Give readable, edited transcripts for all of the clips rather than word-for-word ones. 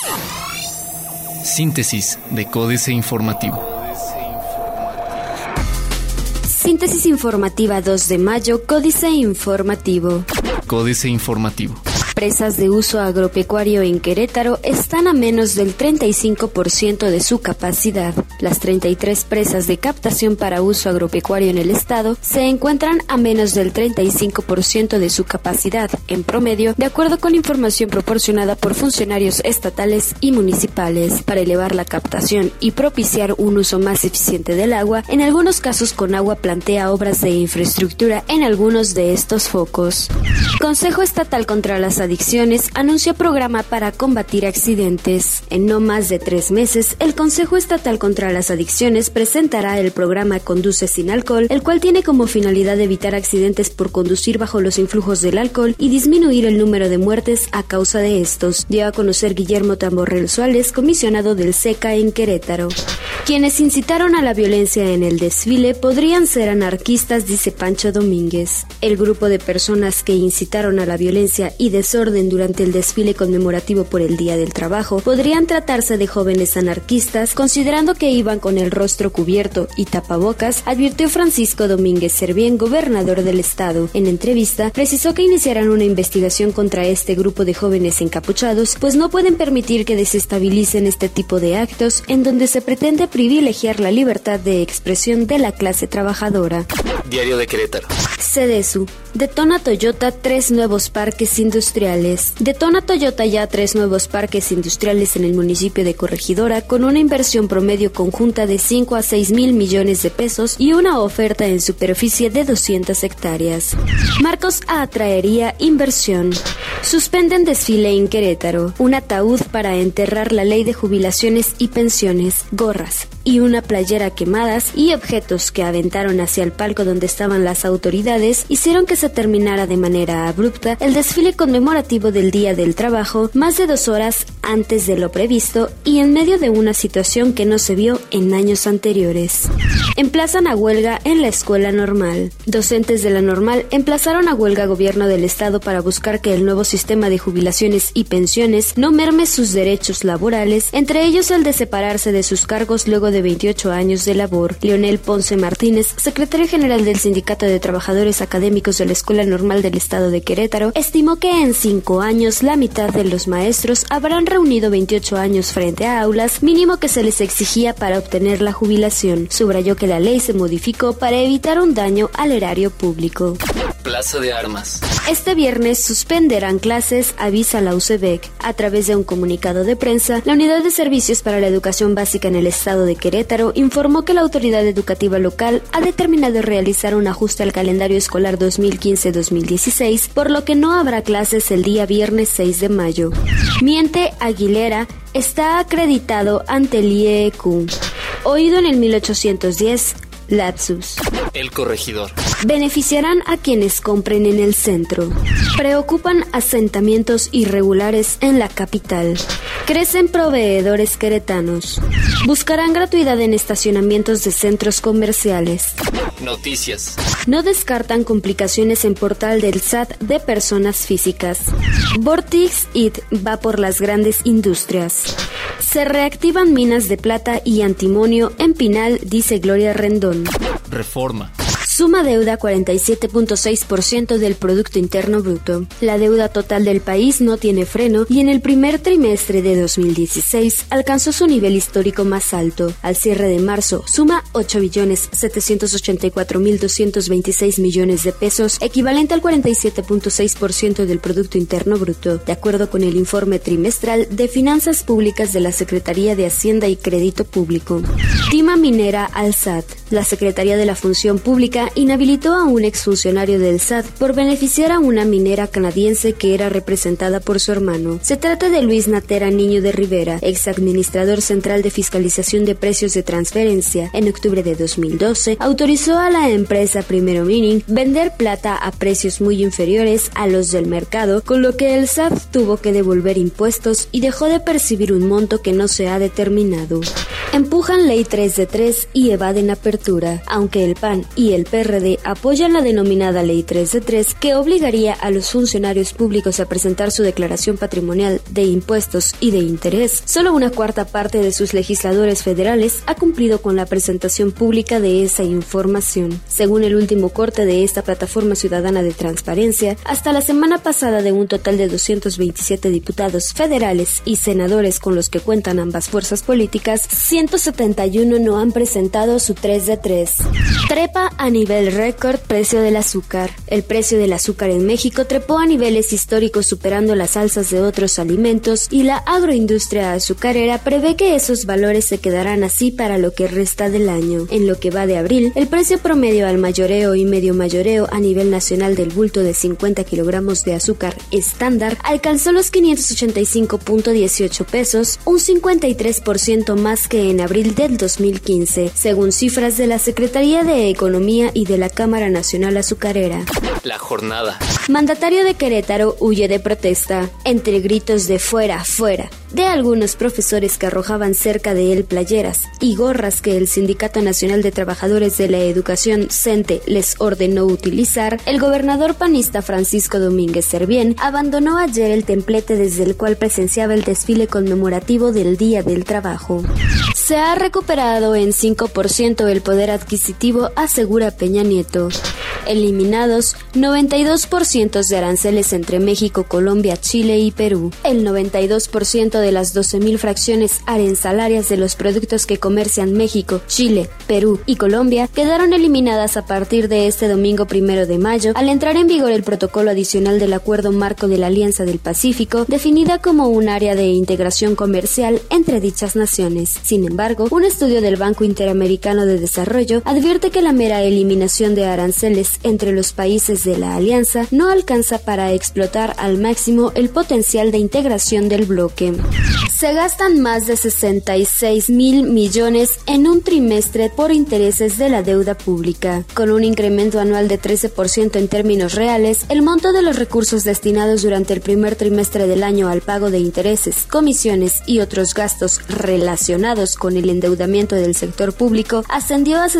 Síntesis de Códice Informativo. Síntesis informativa 2 de mayo, Códice Informativo. Códice Informativo. Presas de uso agropecuario en Querétaro están a menos del 35% de su capacidad. Las 33 presas de captación para uso agropecuario en el estado se encuentran a menos del 35% de su capacidad, en promedio, de acuerdo con información proporcionada por funcionarios estatales y municipales. Para elevar la captación y propiciar un uso más eficiente del agua, en algunos casos Conagua plantea obras de infraestructura en algunos de estos focos. Consejo Estatal contra las Adicciones anuncia programa para combatir accidentes. En no más de 3 meses, el Consejo Estatal contra las Adicciones presentará el programa Conduce sin alcohol, el cual tiene como finalidad evitar accidentes por conducir bajo los influjos del alcohol y disminuir el número de muertes a causa de estos, dio a conocer Guillermo Tamborrell Suárez, comisionado del SECA en Querétaro. Quienes incitaron a la violencia en el desfile podrían ser anarquistas, dice Pancho Domínguez. El grupo de personas que incitaron a la violencia y desorden durante el desfile conmemorativo por el Día del Trabajo podrían tratarse de jóvenes anarquistas, considerando que iban con el rostro cubierto y tapabocas, advirtió Francisco Domínguez Servién, gobernador del estado. En entrevista, precisó que iniciarán una investigación contra este grupo de jóvenes encapuchados, pues no pueden permitir que desestabilicen este tipo de actos en donde se pretende privilegiar la libertad de expresión de la clase trabajadora. Diario de Querétaro. CDSU. Detona Toyota 3 nuevos parques industriales. Detona Toyota ya 3 nuevos parques industriales en el municipio de Corregidora con una inversión promedio conjunta de 5 a 6 mil millones de pesos y una oferta en superficie de 200 hectáreas. Marcos atraería inversión. Suspenden desfile en Querétaro. Un ataúd para enterrar la ley de jubilaciones y pensiones, gorras y una playera quemadas y objetos que aventaron hacia el palco donde estaban las autoridades hicieron que se terminara de manera abrupta el desfile conmemorativo del Día del Trabajo más de 2 horas antes de lo previsto y en medio de una situación que no se vio en años anteriores. Emplazan a huelga en la escuela normal. Docentes de la normal emplazaron a huelga gobierno del estado para buscar que el nuevo sistema de jubilaciones y pensiones no merme sus derechos laborales, entre ellos el de separarse de sus cargos luego de 28 años de labor. Leonel Ponce Martínez, secretario general del Sindicato de Trabajadores Académicos de la Escuela Normal del Estado de Querétaro, estimó que en 5 años la mitad de los maestros habrán reunido 28 años frente a aulas, mínimo que se les exigía para obtener la jubilación. Subrayó que la ley se modificó para evitar un daño al erario público. Plaza de Armas. Este viernes suspenderán clases, avisa la UCEBEC. A través de un comunicado de prensa, la Unidad de Servicios para la Educación Básica en el Estado de Querétaro informó que la autoridad educativa local ha determinado realizar un ajuste al calendario escolar 2015-2016, por lo que no habrá clases el día viernes 6 de mayo. Miente Aguilera está acreditado ante el IEQ. Oído en el 1810, lapsus. El Corregidor. Beneficiarán a quienes compren en el centro. Preocupan asentamientos irregulares en la capital. Crecen proveedores queretanos. Buscarán gratuidad en estacionamientos de centros comerciales. Noticias. No descartan complicaciones en portal del SAT de personas físicas. Vortix IT va por las grandes industrias. Se reactivan minas de plata y antimonio en Pinal, dice Gloria Rendón. Reforma. Suma deuda 47.6% del Producto Interno Bruto. La deuda total del país no tiene freno y en el primer trimestre de 2016 alcanzó su nivel histórico más alto. Al cierre de marzo, suma 8.784.226 millones de pesos, equivalente al 47.6% del Producto Interno Bruto, de acuerdo con el informe trimestral de Finanzas Públicas de la Secretaría de Hacienda y Crédito Público. Tima minera al SAT. La Secretaría de la Función Pública inhabilitó a un exfuncionario del SAT por beneficiar a una minera canadiense que era representada por su hermano. Se trata de Luis Natera Niño de Rivera, ex administrador central de fiscalización de precios de transferencia. En octubre de 2012, autorizó a la empresa Primero Mining vender plata a precios muy inferiores a los del mercado, con lo que el SAT tuvo que devolver impuestos y dejó de percibir un monto que no se ha determinado. Empujan ley 3 de 3 y evaden apertura. legislatura, aunque el PAN y el PRD apoyan la denominada Ley 3 de 3, que obligaría a los funcionarios públicos a presentar su declaración patrimonial de impuestos y de interés. Solo una cuarta parte de sus legisladores federales ha cumplido con la presentación pública de esa información. Según el último corte de esta plataforma ciudadana de transparencia, hasta la semana pasada, de un total de 227 diputados federales y senadores con los que cuentan ambas fuerzas políticas, 171 no han presentado su 3 de 3. Trepa a nivel récord precio del azúcar. El precio del azúcar en México trepó a niveles históricos, superando las alzas de otros alimentos, y la agroindustria azucarera prevé que esos valores se quedarán así para lo que resta del año. En lo que va de abril, el precio promedio al mayoreo y medio mayoreo a nivel nacional del bulto de 50 kilogramos de azúcar estándar alcanzó los 585.18 pesos, un 53% más que en abril del 2015, según cifras de la Secretaría de Economía y de la Cámara Nacional Azucarera. La jornada. Mandatario de Querétaro huye de protesta, entre gritos de fuera, fuera, de algunos profesores que arrojaban cerca de él playeras y gorras que el Sindicato Nacional de Trabajadores de la Educación, CENTE, les ordenó utilizar. El gobernador panista Francisco Domínguez Servién abandonó ayer el templete desde el cual presenciaba el desfile conmemorativo del Día del Trabajo. Se ha recuperado en 5% el poder adquisitivo, asegura Peña Nieto. Eliminados 92% de aranceles entre México, Colombia, Chile y Perú. El 92% de las 12,000 fracciones arancelarias de los productos que comercian México, Chile, Perú y Colombia quedaron eliminadas a partir de este domingo 1 de mayo, al entrar en vigor el protocolo adicional del Acuerdo Marco de la Alianza del Pacífico, definida como un área de integración comercial entre dichas naciones. Sin embargo, un estudio del Banco Interamericano de Desarrollo advierte que la mera eliminación de aranceles entre los países de la alianza no alcanza para explotar al máximo el potencial de integración del bloque. Se gastan más de 66,000 millones en un trimestre por intereses de la deuda pública. Con un incremento anual de 13% en términos reales, el monto de los recursos destinados durante el primer trimestre del año al pago de intereses, comisiones y otros gastos relacionados con el endeudamiento del sector público ascendió a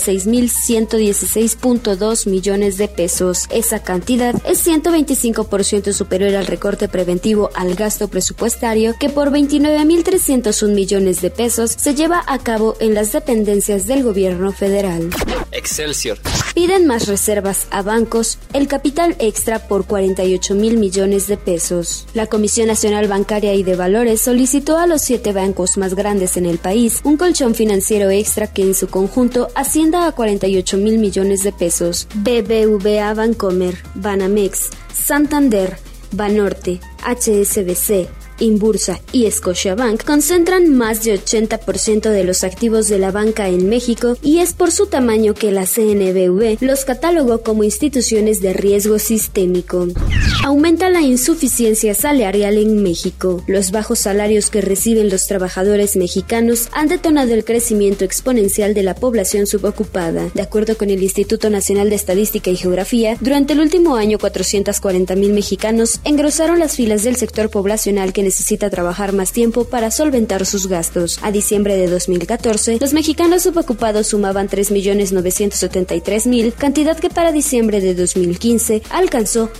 66,116.2 millones de pesos. Esa cantidad es 125% superior al recorte preventivo al gasto presupuestario que por 29,301 millones de pesos se lleva a cabo en las dependencias del gobierno federal. Excelsior. Piden más reservas a bancos, el capital extra por 48,000 millones de pesos. La Comisión Nacional Bancaria y de Valores solicitó a los 7 bancos más grandes en el país un colchón financiero extra que en su conjunto ascienda a 48,000 millones de pesos. BBVA Bancomer, Banamex, Santander, Banorte, HSBC, Inbursa y Scotiabank concentran más de 80% de los activos de la banca en México, y es por su tamaño que la CNBV los catalogó como instituciones de riesgo sistémico. Aumenta la insuficiencia salarial en México. Los bajos salarios que reciben los trabajadores mexicanos han detonado el crecimiento exponencial de la población subocupada. De acuerdo con el Instituto Nacional de Estadística y Geografía, durante el último año 440,000 mexicanos engrosaron las filas del sector poblacional que necesita trabajar más tiempo para solventar sus gastos. A diciembre de 2014, los mexicanos subocupados sumaban 3,973,000, cantidad que para diciembre de 2015 alcanzó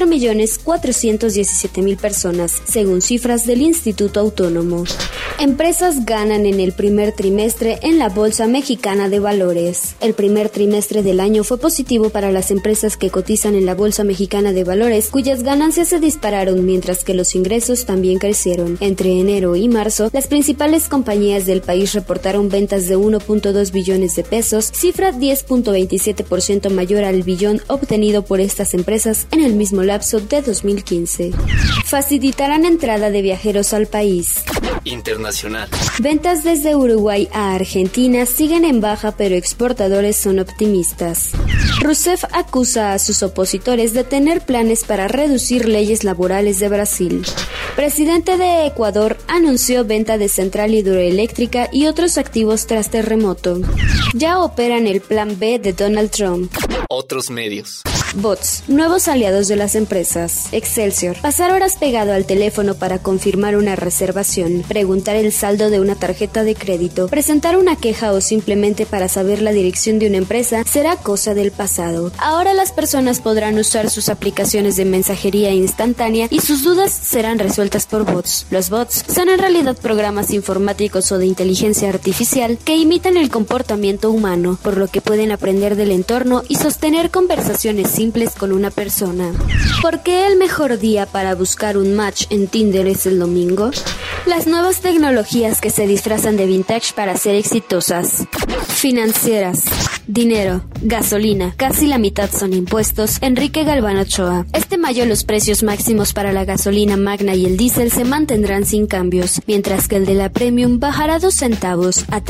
4,417,000 personas, según cifras del Instituto Autónomo. Empresas ganan en el primer trimestre en la Bolsa Mexicana de Valores. El primer trimestre del año fue positivo para las empresas que cotizan en la Bolsa Mexicana de Valores, cuyas ganancias se dispararon mientras que los ingresos también crecieron. Entre enero y marzo, las principales compañías del país reportaron ventas de 1.2 billones de pesos, cifra 10.27% mayor al billón obtenido por estas empresas en el mismo lapso de 2015. Facilitarán entrada de viajeros al país. Internacional. Ventas desde Uruguay a Argentina siguen en baja, pero exportadores son optimistas. Rousseff acusa a sus opositores de tener planes para reducir leyes laborales de Brasil. Presidente de Ecuador anunció venta de central hidroeléctrica y otros activos tras terremoto. Ya operan el plan B de Donald Trump. Otros medios. Bots, nuevos aliados de las empresas. Excelsior, pasar horas pegado al teléfono para confirmar una reservación, preguntar el saldo de una tarjeta de crédito, presentar una queja o simplemente para saber la dirección de una empresa será cosa del pasado. Ahora las personas podrán usar sus aplicaciones de mensajería instantánea y sus dudas serán resueltas por bots. Los bots son en realidad programas informáticos o de inteligencia artificial que imitan el comportamiento humano, por lo que pueden aprender del entorno y sostener conversaciones simples con una persona. ¿Por qué el mejor día para buscar un match en Tinder es el domingo? Las nuevas tecnologías que se disfrazan de vintage para ser exitosas. Financieras. Dinero, gasolina, casi la mitad son impuestos. Enrique Galván Ochoa. Este mayo los precios máximos para la gasolina magna y el diésel se mantendrán sin cambios, mientras que el de la premium bajará 2 centavos a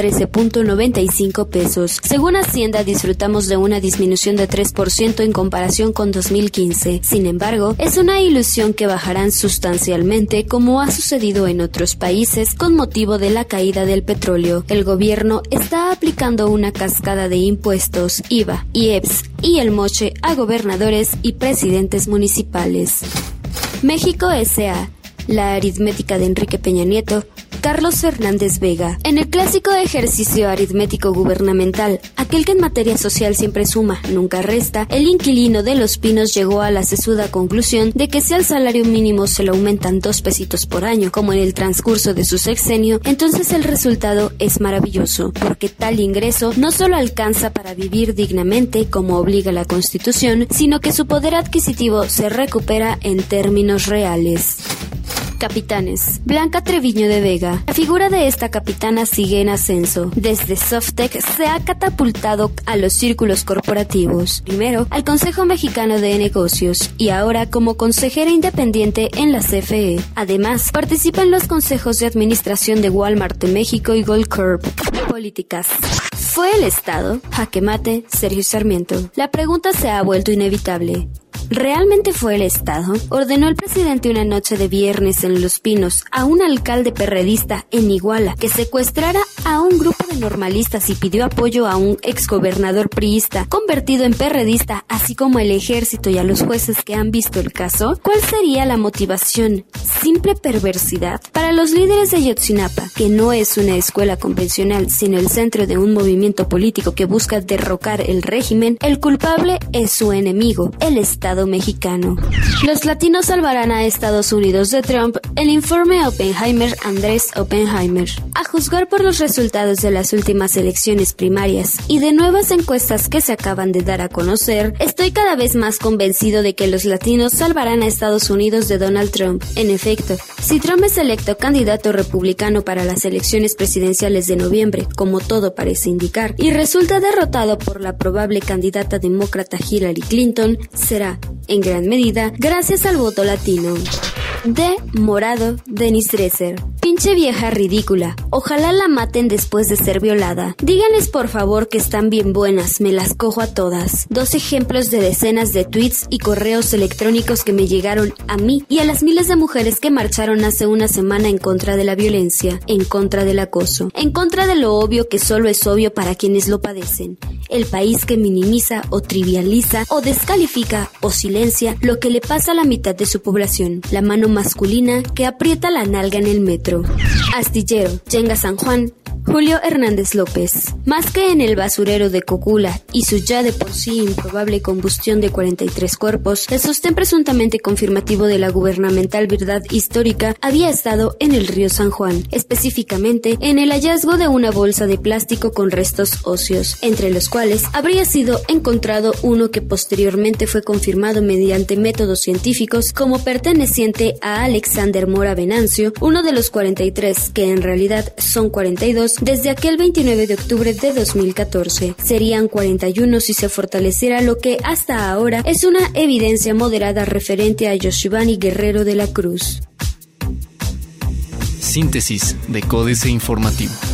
13.95 pesos. Según Hacienda, disfrutamos de una disminución de 3% en comparación con 2015. Sin embargo, es una ilusión que bajarán sustancialmente como ha sucedido en otros países con motivo de la caída del petróleo. El gobierno está aplicando una cascada de impuestos, IVA, IEPS y el moche a gobernadores y presidentes municipales. México S.A. La aritmética de Enrique Peña Nieto. Carlos Fernández Vega. En el clásico ejercicio aritmético gubernamental, aquel que en materia social siempre suma, nunca resta, el inquilino de Los Pinos llegó a la sesuda conclusión de que si al salario mínimo se le aumentan 2 pesitos por año, como en el transcurso de su sexenio, entonces el resultado es maravilloso, porque tal ingreso no solo alcanza para vivir dignamente, como obliga la Constitución, sino que su poder adquisitivo se recupera en términos reales. Capitanes. Blanca Treviño de Vega. La figura de esta capitana sigue en ascenso. Desde Softec se ha catapultado a los círculos corporativos. Primero, al Consejo Mexicano de Negocios y ahora como consejera independiente en la CFE. Además, participa en los consejos de administración de Walmart de México y Goldcorp. Políticas. ¿Fue el Estado? Jaque mate, Sergio Sarmiento. La pregunta se ha vuelto inevitable. ¿Realmente fue el Estado? Ordenó el presidente una noche de viernes en Los Pinos a un alcalde perredista en Iguala que secuestrara a un grupo de normalistas y pidió apoyo a un exgobernador priista convertido en perredista, así como al ejército y a los jueces que han visto el caso. ¿Cuál sería la motivación? ¿Simple perversidad? Para los líderes de Ayotzinapa, que no es una escuela convencional, sino el centro de un movimiento político que busca derrocar el régimen, el culpable es su enemigo, el Estado mexicano. Los latinos salvarán a Estados Unidos de Trump. El informe Oppenheimer, Andrés Oppenheimer. A juzgar por los resultados de las últimas elecciones primarias y de nuevas encuestas que se acaban de dar a conocer, estoy cada vez más convencido de que los latinos salvarán a Estados Unidos de Donald Trump. En efecto, si Trump es electo candidato republicano para las elecciones presidenciales de noviembre, como todo parece indicar, y resulta derrotado por la probable candidata demócrata Hillary Clinton, será en gran medida gracias al voto latino. De Morado, Denise Dresser. Pinche vieja ridícula. Ojalá la maten después de ser violada. Díganles por favor que están bien buenas, me las cojo a todas. 2 ejemplos de decenas de tweets y correos electrónicos que me llegaron a mí y a las miles de mujeres que marcharon hace una semana en contra de la violencia, en contra del acoso, en contra de lo obvio que solo es obvio para quienes lo padecen. El país que minimiza o trivializa o descalifica o silencia lo que le pasa a la mitad de su población. La mano masculina que aprieta la nalga en el metro. Astillero, Yenga San Juan, Julio Hernández López. Más que en el basurero de Cocula y su ya de por sí improbable combustión de 43 cuerpos, el sostén presuntamente confirmativo de la gubernamental verdad histórica había estado en el río San Juan, específicamente en el hallazgo de una bolsa de plástico con restos óseos, entre los cuales habría sido encontrado uno que posteriormente fue confirmado mediante métodos científicos como perteneciente a Alexander Mora Venancio, uno de los 43, que en realidad son 42, desde aquel 29 de octubre de 2014. Serían 41 si se fortaleciera lo que hasta ahora es una evidencia moderada referente a Yoshivani Guerrero de la Cruz. Síntesis de Códice Informativo.